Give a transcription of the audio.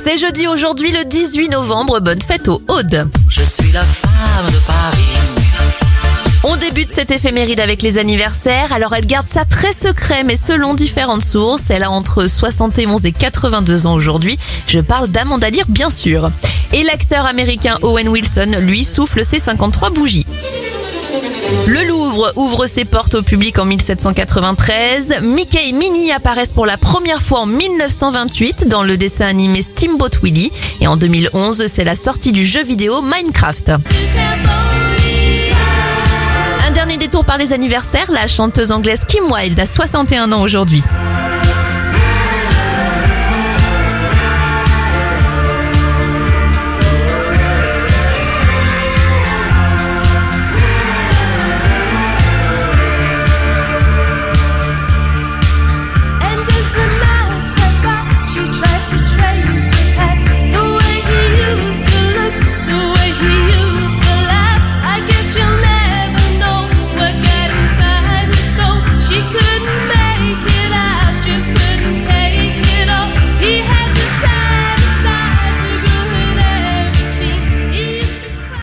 C'est jeudi aujourd'hui le 18 novembre, bonne fête aux Audes. Je suis la femme de Paris. On débute cette éphéméride avec les anniversaires, alors elle garde ça très secret mais selon différentes sources, elle a entre 71 et 82 ans aujourd'hui, je parle d'Amanda Lear bien sûr. Et l'acteur américain Owen Wilson, lui, souffle ses 53 bougies. Le Louvre ouvre ses portes au public en 1793. Mickey et Minnie apparaissent pour la première fois en 1928 dans le dessin animé Steamboat Willie. Et en 2011, c'est la sortie du jeu vidéo Minecraft. Un dernier détour par les anniversaires, la chanteuse anglaise Kim Wilde a 61 ans aujourd'hui.